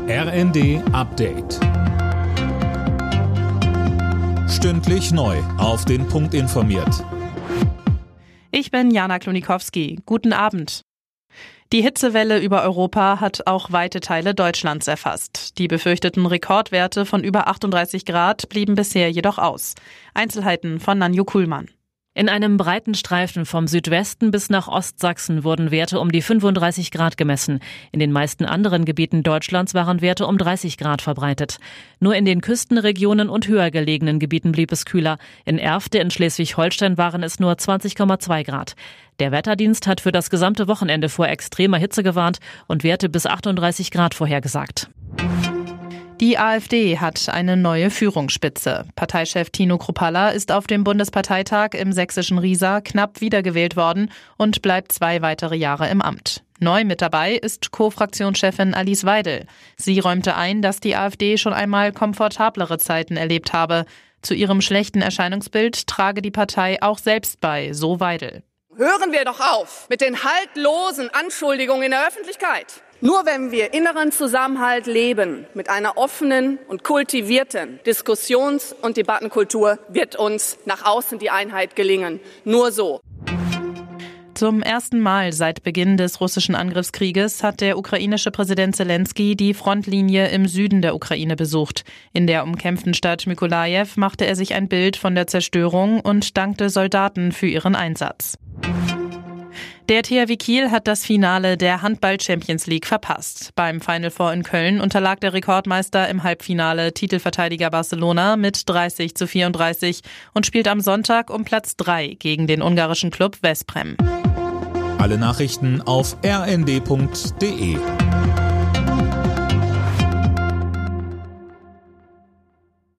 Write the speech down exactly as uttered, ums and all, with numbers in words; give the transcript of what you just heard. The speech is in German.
R N D Update. Stündlich neu auf den Punkt informiert. Ich bin Jana Klonikowski. Guten Abend. Die Hitzewelle über Europa hat auch weite Teile Deutschlands erfasst. Die befürchteten Rekordwerte von über achtunddreißig Grad blieben bisher jedoch aus. Einzelheiten von Nanju Kuhlmann. In einem breiten Streifen vom Südwesten bis nach Ostsachsen wurden Werte um die fünfunddreißig Grad gemessen. In den meisten anderen Gebieten Deutschlands waren Werte um dreißig Grad verbreitet. Nur in den Küstenregionen und höher gelegenen Gebieten blieb es kühler. In Erfte in Schleswig-Holstein waren es nur zwanzig Komma zwei Grad. Der Wetterdienst hat für das gesamte Wochenende vor extremer Hitze gewarnt und Werte bis achtunddreißig Grad vorhergesagt. Die AfD hat eine neue Führungsspitze. Parteichef Tino Kruppalla ist auf dem Bundesparteitag im sächsischen Riesa knapp wiedergewählt worden und bleibt zwei weitere Jahre im Amt. Neu mit dabei ist Co-Fraktionschefin Alice Weidel. Sie räumte ein, dass die AfD schon einmal komfortablere Zeiten erlebt habe. Zu ihrem schlechten Erscheinungsbild trage die Partei auch selbst bei, so Weidel. Hören wir doch auf mit den haltlosen Anschuldigungen in der Öffentlichkeit. Nur wenn wir inneren Zusammenhalt leben, mit einer offenen und kultivierten Diskussions- und Debattenkultur, wird uns nach außen die Einheit gelingen. Nur so. Zum ersten Mal seit Beginn des russischen Angriffskrieges hat der ukrainische Präsident Zelensky die Frontlinie im Süden der Ukraine besucht. In der umkämpften Stadt Mykolajiw machte er sich ein Bild von der Zerstörung und dankte Soldaten für ihren Einsatz. Der T H W Kiel hat das Finale der Handball-Champions League verpasst. Beim Final Four in Köln unterlag der Rekordmeister im Halbfinale Titelverteidiger Barcelona mit dreißig zu vierunddreißig und spielt am Sonntag um Platz drei gegen den ungarischen Klub Veszprém. Alle Nachrichten auf r n d punkt d e.